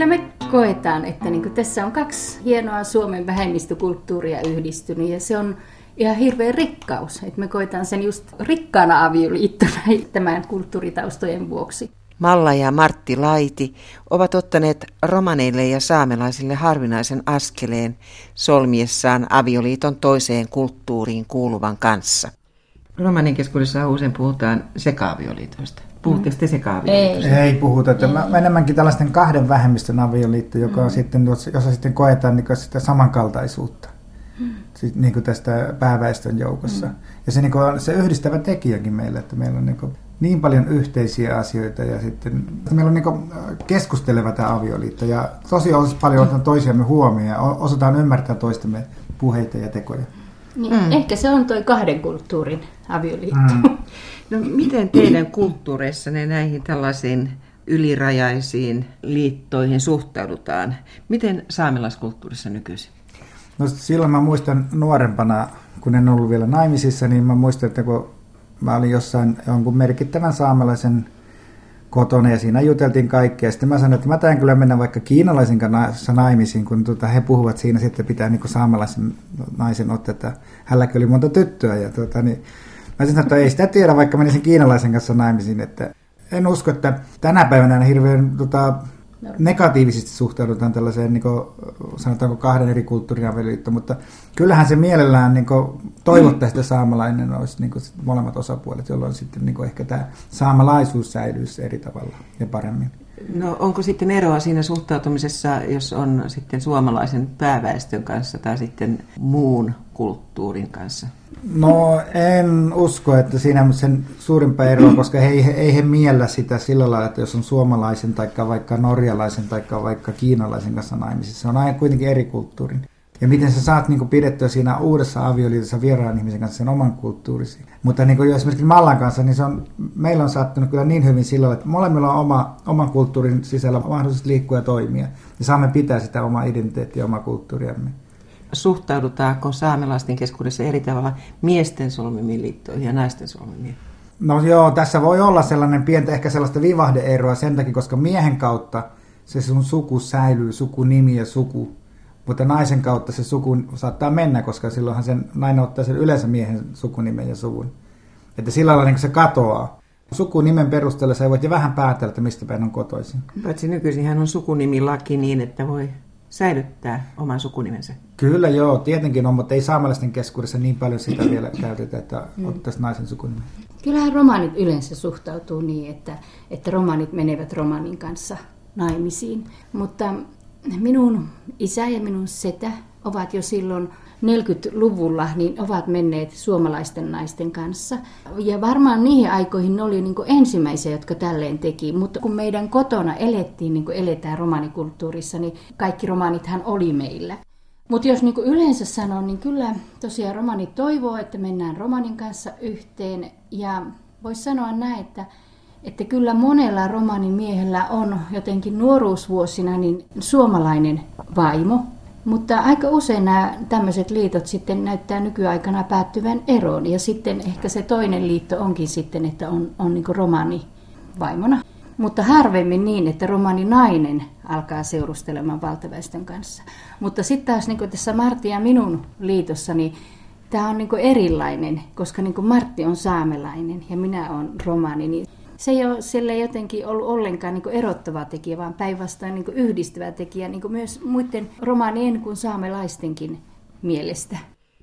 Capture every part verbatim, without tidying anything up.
kyllä me koetaan, että niin kuin tässä on kaksi hienoa Suomen vähemmistökulttuuria yhdistynyt ja se on ihan hirveä rikkaus. Että me koetaan sen just rikkaana avioliittona tämän kulttuuritaustojen vuoksi. Malla ja Martti Laiti ovat ottaneet romaneille ja saamelaisille harvinaisen askeleen solmiessaan avioliiton toiseen kulttuuriin kuuluvan kanssa. Romanien keskuudessa usein puhutaan seka-avioliitoista. Puhutteko te seka-avioliitosta? Ei, Ei puhuta. Että mä, enemmänkin tällaisten kahden vähemmistön avioliitto, joka on mm. sitten, jossa sitten koetaan niin sitä samankaltaisuutta mm. sit, niin kuin tästä pääväestön joukossa. Mm. Ja se, niin kuin, se yhdistävä tekijäkin meillä, että meillä on niin, kuin, niin paljon yhteisiä asioita ja sitten meillä on niin kuin, keskusteleva tämä avioliitto ja tosiaan paljon otetaan toisiamme huomioon ja osataan ymmärtää toistemme puheita ja tekoja. Niin, mm. Ehkä se on toi kahden kulttuurin avioliitto. Mm. No, miten teidän kulttuureissanne näihin tällaisiin ylirajaisiin liittoihin suhtaudutaan? Miten saamelaiskulttuurissa nykyisin? No silloin mä muistan nuorempana, kun en ollut vielä naimisissa, niin mä muistan, että kun mä olin jossain jonkun merkittävän saamelaisen kotona ja siinä juteltiin kaikkea. Sitten mä sanoin, että mä tain kyllä mennä vaikka kiinalaisen kanssa naimisiin, kun tuota, he puhuvat siinä sitten pitää niin kuin saamelaisen naisen ottaa, että hänelläkin oli monta tyttöä. Ja tuota, niin, mä sanoin, että ei sitä tiedä, vaikka menisin kiinalaisen kanssa naimisiin. Että en usko, että tänä päivänä hirveän tota, negatiivisesti suhtaudutaan tällaiseen, niin kuin, sanotaanko kahden eri kulttuurin avioliittoon, mutta kyllähän se mielellään niin toivottaa, että saamalainen olisi niin kuin, molemmat osapuolet, jolloin sitten niin kuin, ehkä tämä saamalaisuus säilyisi eri tavalla ja paremmin. No onko sitten eroa siinä suhtautumisessa, jos on sitten suomalaisen pääväestön kanssa tai sitten muun kulttuurin kanssa? No en usko, että siinä on sen suurimpaa eroa, koska he, he, ei he miellä sitä sillä lailla, että jos on suomalaisen tai vaikka norjalaisen tai vaikka kiinalaisen kanssa naimisissa. Se on aina kuitenkin eri kulttuurin. Ja miten sä saat niin kuin, pidettyä siinä uudessa avioliitossa vieraan ihmisen kanssa sen oman kulttuurisi. Mutta niin kuin, jos esimerkiksi Mallan kanssa, niin se on, meillä on saattanut kyllä niin hyvin sillä lailla, että molemmilla on oma, oman kulttuurin sisällä mahdollisuus liikkua ja toimia. Ja saamme pitää sitä omaa identiteettiä ja omaa kulttuuriamme. Suhtaudutaanko saamelaisten keskuudessa eri tavalla miesten solmimiin liittoihin ja naisten solmimiin? No joo, tässä voi olla sellainen pientä ehkä sellaista vivahde-eroa sen takia, koska miehen kautta se sun suku säilyy, sukunimi ja suku. Mutta naisen kautta se suku saattaa mennä, koska silloinhan sen nainen ottaa sen yleensä miehen sukunimen ja suvun. Että sillä lailla niin se katoaa. Sukunimen perusteella sä voit jo vähän päätellä, että mistä päin on kotoisin. Paitsi nykyisinhän on sukunimilaki niin, että voi säilyttää oman sukunimensä. Kyllä joo, tietenkin on, mutta ei saamelaisten keskuudessa niin paljon sitä vielä käytetä, että ottaisi naisen sukunimen. Kyllähän romanit yleensä suhtautuu niin, että, että romanit menevät romanin kanssa naimisiin. Mutta minun isä ja minun setä ovat jo silloin neljäkymmentäluvulla niin ovat menneet suomalaisten naisten kanssa. Ja varmaan niihin aikoihin ne oli niin kuin ensimmäisiä, jotka tälleen teki. Mutta kun meidän kotona elettiin, niin kuin eletään romanikulttuurissa, niin kaikki romanithan oli meillä. Mutta jos niin kuin yleensä sanon, niin kyllä tosiaan romanit toivoo, että mennään romanin kanssa yhteen. Ja voisi sanoa näin, että Että kyllä monella romanin miehellä on jotenkin nuoruusvuosina niin suomalainen vaimo, mutta aika usein nämä tämmöiset liitot sitten näyttää nykyaikana päättyvän eroon. Ja sitten ehkä se toinen liitto onkin sitten, että on, on niin kuin romani vaimona. Mutta harvemmin niin, että romani nainen alkaa seurustelemaan valtaväestön kanssa. Mutta sitten taas niin kuin tässä Martti ja minun liitossa, niin tämä on niin kuin erilainen, koska niin kuin Martti on saamelainen ja minä olen romani, niin se ei ole sille jotenkin ollut ollenkaan niin kuin erottava tekijä, vaan päinvastoin niin kuin yhdistävä tekijä niin kuin myös muiden romanien kuin saamelaistenkin mielestä.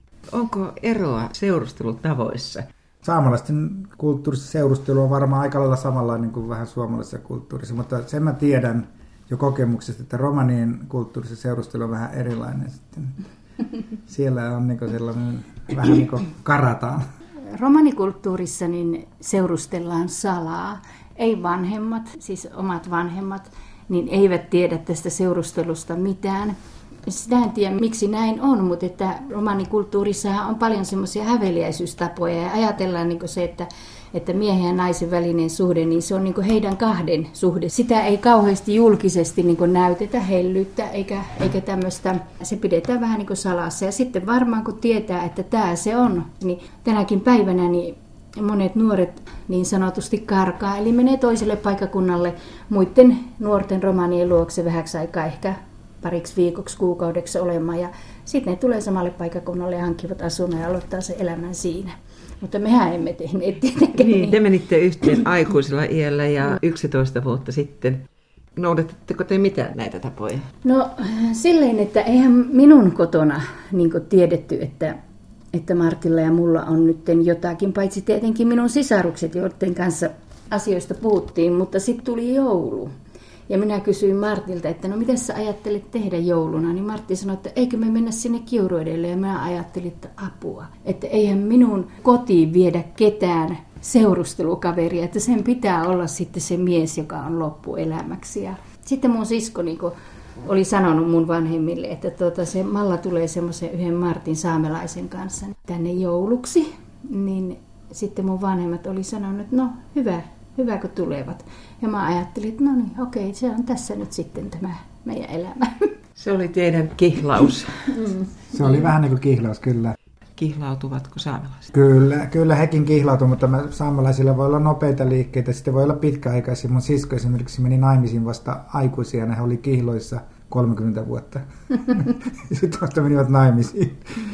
Onko eroa seurustelutavoissa? Saamelaisten kulttuurissa seurustelu on varmaan aika lailla samanlainen kuin vähän suomalaisessa kulttuurissa, mutta sen mä tiedän jo kokemuksesta, että romanien kulttuurissa seurustelu on vähän erilainen. Sitten siellä on niin kuin sellainen vähän niin kuin karataan. Romanikulttuurissa niin seurustellaan salaa. Ei vanhemmat, siis omat vanhemmat, niin eivät tiedä tästä seurustelusta mitään. Sitä en tiedä, miksi näin on, mutta että romanikulttuurissa on paljon semmoisia häveliäisyystapoja ja ajatellaan niin se, että, että miehen ja naisen välinen suhde, niin se on niin heidän kahden suhde. Sitä ei kauheasti julkisesti niin näytetä, hellyyttä eikä, eikä tämmöistä, se pidetään vähän niin salassa. Ja sitten varmaan kun tietää, että tämä se on, niin tänäkin päivänä niin monet nuoret niin sanotusti karkaa, eli menee toiselle paikkakunnalle muiden nuorten romanien luokse vähäksi aikaa, ehkä pariksi viikoksi, kuukaudeksi olemaan. Ja sitten ne tulee samalle paikkakunnalle ja hankkivat asunnon ja aloittaa se elämän siinä. Mutta mehän emme tehneet tietenkään. Niin, te menitte yhteen aikuisella iällä ja yksitoista vuotta sitten. Noudatatteko te mitään näitä tapoja? No silleen, että eihän minun kotona niin kuin tiedetty, että, että Martilla ja mulla on nyt jotakin, paitsi tietenkin minun sisarukset, joiden kanssa asioista puhuttiin, mutta sitten tuli joulu. Ja minä kysyin Martilta, että no miten sä ajattelet tehdä jouluna? Niin Martti sanoi, että eikö me mennä sinne Kiuruedelle? Ja minä ajattelin, että apua. Että eihän minun kotiin viedä ketään seurustelukaveria, että sen pitää olla sitten se mies, joka on loppuelämäksi. Ja sitten mun sisko niin oli sanonut mun vanhemmille, että tuota, se Malla tulee semmoisen yhden Martin saamelaisen kanssa tänne jouluksi. Niin sitten mun vanhemmat oli sanonut, että no hyvä. Hyvä, kun tulevat. Ja mä ajattelin, että no niin, okei, se on tässä nyt sitten tämä meidän elämä. Se oli teidän kihlaus. Mm. Se oli vähän niin kuin kihlaus, kyllä. Kihlautuvatko saamelaiset? Kyllä, kyllä hekin kihlautuvat, mutta mä, saamelaisilla voi olla nopeita liikkeitä, sitten voi olla pitkäaikaisia. Mun sisko esimerkiksi meni naimisiin vasta aikuisia, ja he oli kihloissa kolmekymmentä vuotta. Sitten vasta menivät naimisiin.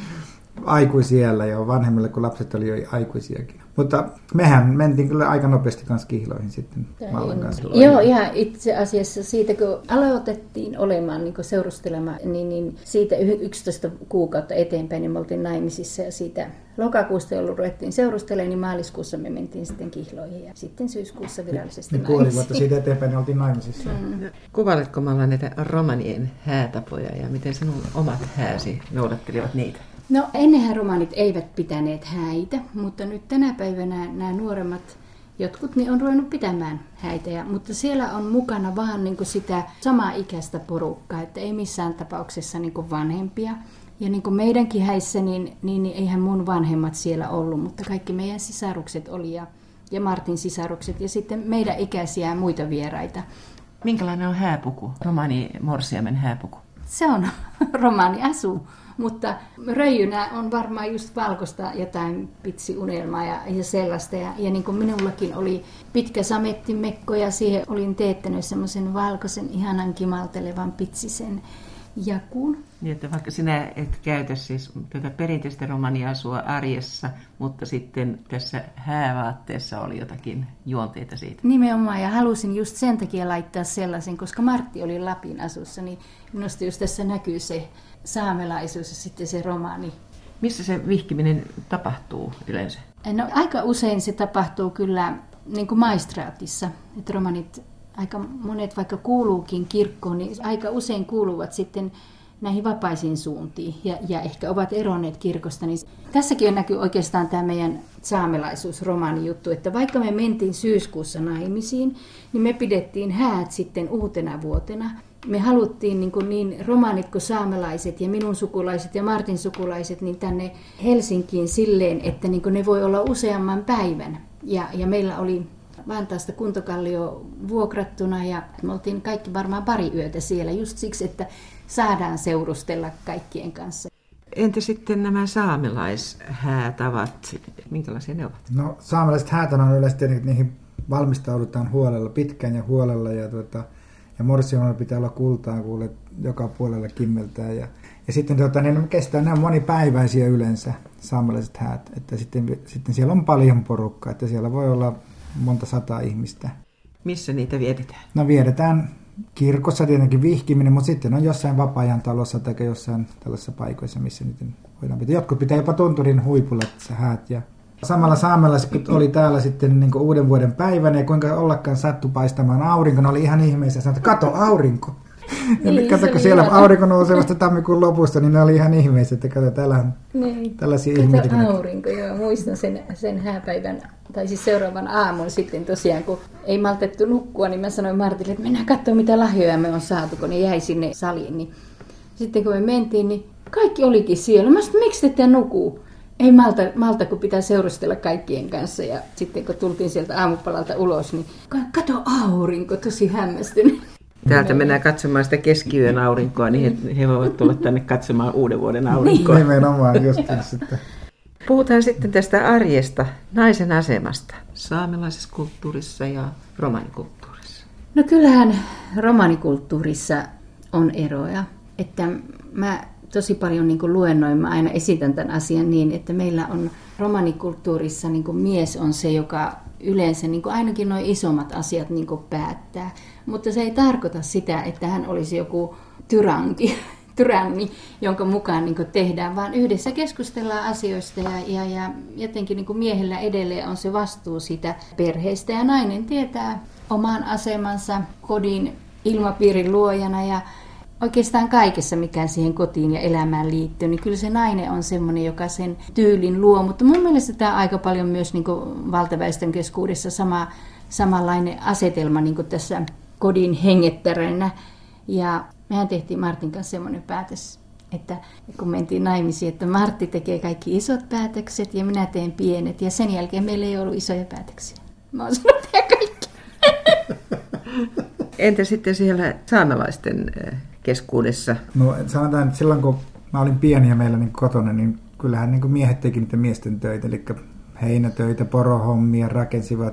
Aikuisiellä jo, vanhemmille kun lapset oli jo aikuisiakin. Mutta mehän mentiin kyllä aika nopeasti kanssa kihloihin sitten Mallan kanssa. Joo, ihan itse asiassa siitä kun aloitettiin olemaan niin kun seurustelemaan, niin, niin siitä yksitoista kuukautta eteenpäin niin me oltiin naimisissa ja siitä lokakuusta, jolloin ruvettiin seurustelemaan, niin maaliskuussa me mentiin sitten kihloihin ja sitten syyskuussa virallisesti naimisiin. Puoli vuotta siitä eteenpäin niin oltiin naimisissa. Mm. Kuvailetko Malla näitä romanien häätapoja ja miten sinun omat hääsi noudattelivat niitä? No ennenhän romanit eivät pitäneet häitä, mutta nyt tänä päivänä nämä nuoremmat, jotkut niin on ruvennut pitämään häitä, ja, mutta siellä on mukana vaan niin kuin sitä samaa ikäistä porukkaa, että ei missään tapauksessa niin kuin vanhempia. Ja niin kuin meidänkin häissä, niin, niin, niin eihän mun vanhemmat siellä ollut, mutta kaikki meidän sisarukset oli ja, ja Martin sisarukset ja sitten meidän ikäisiä ja muita vieraita. Minkälainen on hääpuku, romani morsiamen hääpuku? Se on romani asu. Mutta röijynä on varmaan just valkoista jotain pitsiunelmaa ja, ja sellaista. Ja, ja niin kuin minullakin oli pitkä samettimekko ja siihen olin teettänyt semmoisen valkoisen ihanan kimaltelevan pitsisen jakun. Niin, että vaikka sinä et käytä siis tätä perinteistä romaniasua arjessa, mutta sitten tässä häävaatteessa oli jotakin juonteita siitä. Nimenomaan, ja halusin just sen takia laittaa sellaisen, koska Martti oli Lapin asussa, niin minusta just tässä näkyy se saamelaisuus ja sitten se romaani. Missä se vihkiminen tapahtuu yleensä? No, aika usein se tapahtuu kyllä niin kuin maistraatissa, että romanit, aika monet vaikka kuuluukin kirkkoon, niin aika usein kuuluvat sitten näihin vapaisiin suuntiin ja, ja ehkä ovat eronneet kirkosta. Niin tässäkin on näkyy oikeastaan tämä meidän saamelaisuus-romaanijuttu, että vaikka me mentiin syyskuussa naimisiin, niin me pidettiin häät sitten uutena vuotena. Me haluttiin niin, kuin niin romaanit kuin saamelaiset ja minun sukulaiset ja Martin sukulaiset niin tänne Helsinkiin silleen, että niin kuin ne voi olla useamman päivän. Ja, ja meillä oli Vantaasta Kuntokallio vuokrattuna ja me oltiin kaikki varmaan pari yötä siellä just siksi, että saadaan seurustella kaikkien kanssa. Entä sitten nämä saamelaishäätavat, minkälaisia ne ovat? No saamelaiset häät on yleensä tietenkin, että niihin valmistaudutaan huolella, pitkään ja huolella ja, tuota, ja morsiamalla pitää olla kultaa kuule joka puolella kimmeltää. Ja, ja sitten tuota, ne kestää, ne on monipäiväisiä yleensä saamelaiset häät, että sitten, sitten siellä on paljon porukkaa, että siellä voi olla monta sataa ihmistä. Missä niitä vietetään? No vietetään kirkossa tietenkin vihkiminen, mutta sitten on jossain vapaa-ajan talossa tai jossain tällaisissa paikoissa, missä niitä voidaan pitää. Jotkut pitää jopa tunturin huipulla tässä häät. Ja samalla saamelaiset oli täällä sitten niin kuin uuden vuoden päivänä ja kuinka ollakaan sattu paistamaan aurinko, ne oli ihan ihmeisiä. Sanoin, että kato aurinko! Ja niin, kato, kun siellä ihana. Aurinko nousee vasta tammikuun lopussa, niin ne oli ihan ihmeisiä, että kato, täällä on niin. Tällaisia ihmeitä. Kato aurinko, joo. Muistan sen, sen hääpäivän, tai siis seuraavan aamun sitten tosiaan, kun ei maltettu nukkua, niin mä sanoin Martille, että mennään katsomaan, mitä lahjoja me on saatu, kun ne jäi sinne saliin. Niin sitten kun me mentiin, niin kaikki olikin siellä. Mä sanoin, miksi te ette nukuu? Ei malta, malta, kun pitää seurustella kaikkien kanssa. Ja sitten kun tultiin sieltä aamupalalta ulos, niin kato aurinko, tosi hämmästynyt. Täältä mennään katsomaan sitä keskiyön aurinkoa, niin he, he voivat tulla tänne katsomaan uuden vuoden aurinkoa. Nimenomaan just sitten. Puhutaan sitten tästä arjesta, naisen asemasta saamelaisessa kulttuurissa ja romanikulttuurissa. No kyllähän romanikulttuurissa on eroja. Että mä tosi paljon niin kuin luennoin, mä aina esitän tämän asian niin, että meillä on romanikulttuurissa niin kuin mies on se, joka yleensä niin kuin ainakin nuo isommat asiat niin kuin päättää. Mutta se ei tarkoita sitä, että hän olisi joku tyranki. tyranni, jonka mukaan niin kuin tehdään, vaan yhdessä keskustellaan asioista ja, ja, ja jotenkin niin kuin miehellä edelleen on se vastuu sitä perheestä ja nainen tietää oman asemansa kodin ilmapiirin luojana ja oikeastaan kaikessa, mikä siihen kotiin ja elämään liittyy, niin kyllä se nainen on semmoinen, joka sen tyylin luo, mutta mun mielestä tämä on aika paljon myös niin kuin valtaväestön keskuudessa sama, samanlainen asetelma niin kuin tässä kodin hengettäränä ja mehän tehtiin Martin kanssa semmoinen päätös, että kun mentiin naimisiin, että Martti tekee kaikki isot päätökset ja minä teen pienet. Ja sen jälkeen meillä ei ollut isoja päätöksiä. Mä oon sanonut tehdä kaikki. Entä sitten siellä saamelaisten keskuudessa? No sanotaan, että silloin kun mä olin pieni ja meillä niin kotona, niin kyllähän niin miehet teki niitä miesten töitä. Eli heinätöitä, porohommia, rakensivat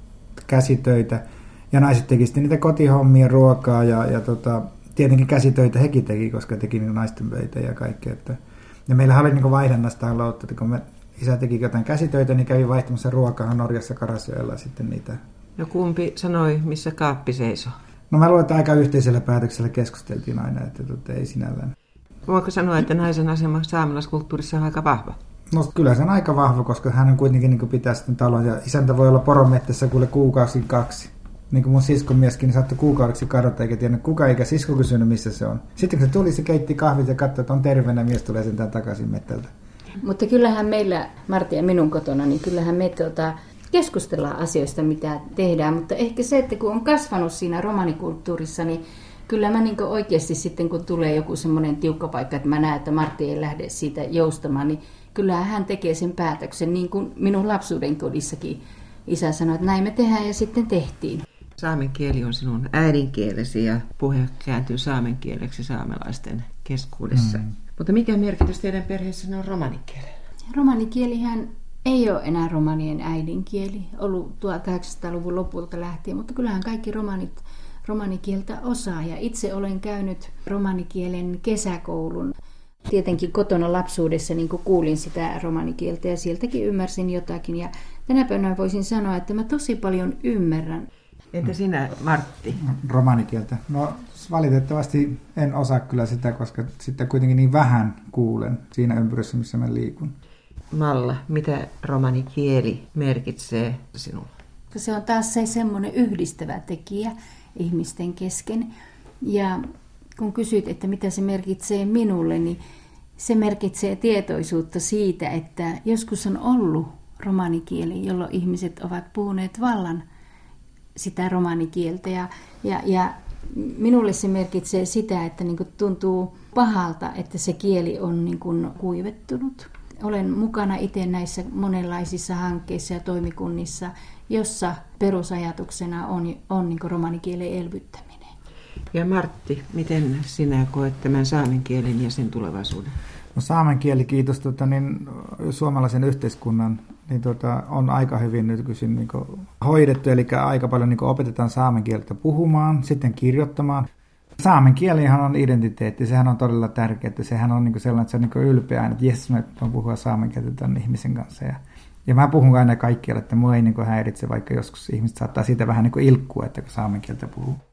käsitöitä. Ja naiset teki sitten niitä kotihommia, ruokaa ja, ja tota, tietenkin käsitöitä hekin teki, koska teki niitä naisten töitä ja kaikkea. Että. Ja meillähän oli niin vaihdannasta loutta, että kun me isä teki jotain käsitöitä, niin kävi vaihtamassa ruokaa Norjassa Karasjoella sitten niitä. No kumpi sanoi, missä kaappi seisoo? No mä luulen, että aika yhteisellä päätöksellä keskusteltiin aina, että tota, ei sinällään. Voiko sanoa, että naisen asema saamelaiskulttuurissa on aika vahva? No kyllä se on aika vahva, koska hän on kuitenkin niin pitää sitten talon ja isäntä voi olla poromettässä kuule kuukausi kaksi. Niin kuin mun siskon mieskin, niin saattoi kuukaudeksi kadota eikä tiedä kuka eikä sisko kysynyt, missä se on. Sitten kun se tuli, se keitti kahvit ja katsoi, että on terveenä, mies tulee sentään takaisin metältä. Mutta kyllähän meillä, Martti ja minun kotona, niin kyllähän me tuota, keskustellaan asioista, mitä tehdään. Mutta ehkä se, että kun on kasvanut siinä romanikulttuurissa, niin kyllä mä niin oikeasti sitten, kun tulee joku semmoinen tiukka paikka, että mä näen, että Martti ei lähde siitä joustamaan, niin kyllähän hän tekee sen päätöksen, niin kuin minun lapsuuden kodissakin. Isä sanoi, että näin me tehdään ja sitten tehtiin. Saamen kieli on sinun äidinkielesi ja puhe kääntyy saamen kieleksi saamelaisten keskuudessa. Mm. Mutta mikä merkitys teidän perheessä on romanikielellä? Romanikielihän ei ole enää romanien äidinkieli, ollut tuhatkahdeksansataaluvun lopulta lähtien, mutta kyllähän kaikki romanit romanikieltä osaa. Ja itse olen käynyt romanikielen kesäkoulun. Tietenkin kotona lapsuudessa niin kun kuulin sitä romanikieltä ja sieltäkin ymmärsin jotakin. Ja tänä päivänä voisin sanoa, että mä tosi paljon ymmärrän. Entä sinä, Martti? Romanikieltä. No valitettavasti en osaa kyllä sitä, koska sitä kuitenkin niin vähän kuulen siinä ympyrässä, missä mä liikun. Malla, mitä romanikieli merkitsee sinulle? Se on taas se semmoinen yhdistävä tekijä ihmisten kesken. Ja kun kysyt, että mitä se merkitsee minulle, niin se merkitsee tietoisuutta siitä, että joskus on ollut romanikieli, jolloin ihmiset ovat puhuneet vallan sitä romanikieltä. Ja, ja, ja minulle se merkitsee sitä, että niin kuin tuntuu pahalta, että se kieli on niin kuin kuivettunut. Olen mukana itse näissä monenlaisissa hankkeissa ja toimikunnissa, jossa perusajatuksena on, on niin kuin romanikielen elvyttäminen. Ja Martti, miten sinä koet tämän saamen kielen ja sen tulevaisuuden? No, saamen kieli, kiitos tota, niin, suomalaisen yhteiskunnan, niin, tota, on aika hyvin nykyisin niin kuin hoidettu, eli aika paljon niin kuin opetetaan saamen kieltä puhumaan, sitten kirjoittamaan. Saamen kielihan on identiteetti, sehän on todella tärkeää, sehän on niin kuin sellainen, että se on niin kuin ylpeä aina, että jes, mä voin puhua saamen kieltä tämän ihmisen kanssa. Ja, ja mä puhun aina kaikkialla, että mua ei niin kuin häiritse, vaikka joskus ihmiset saattaa siitä vähän niin kuin ilkkua, että kun saamen kieltä puhuu.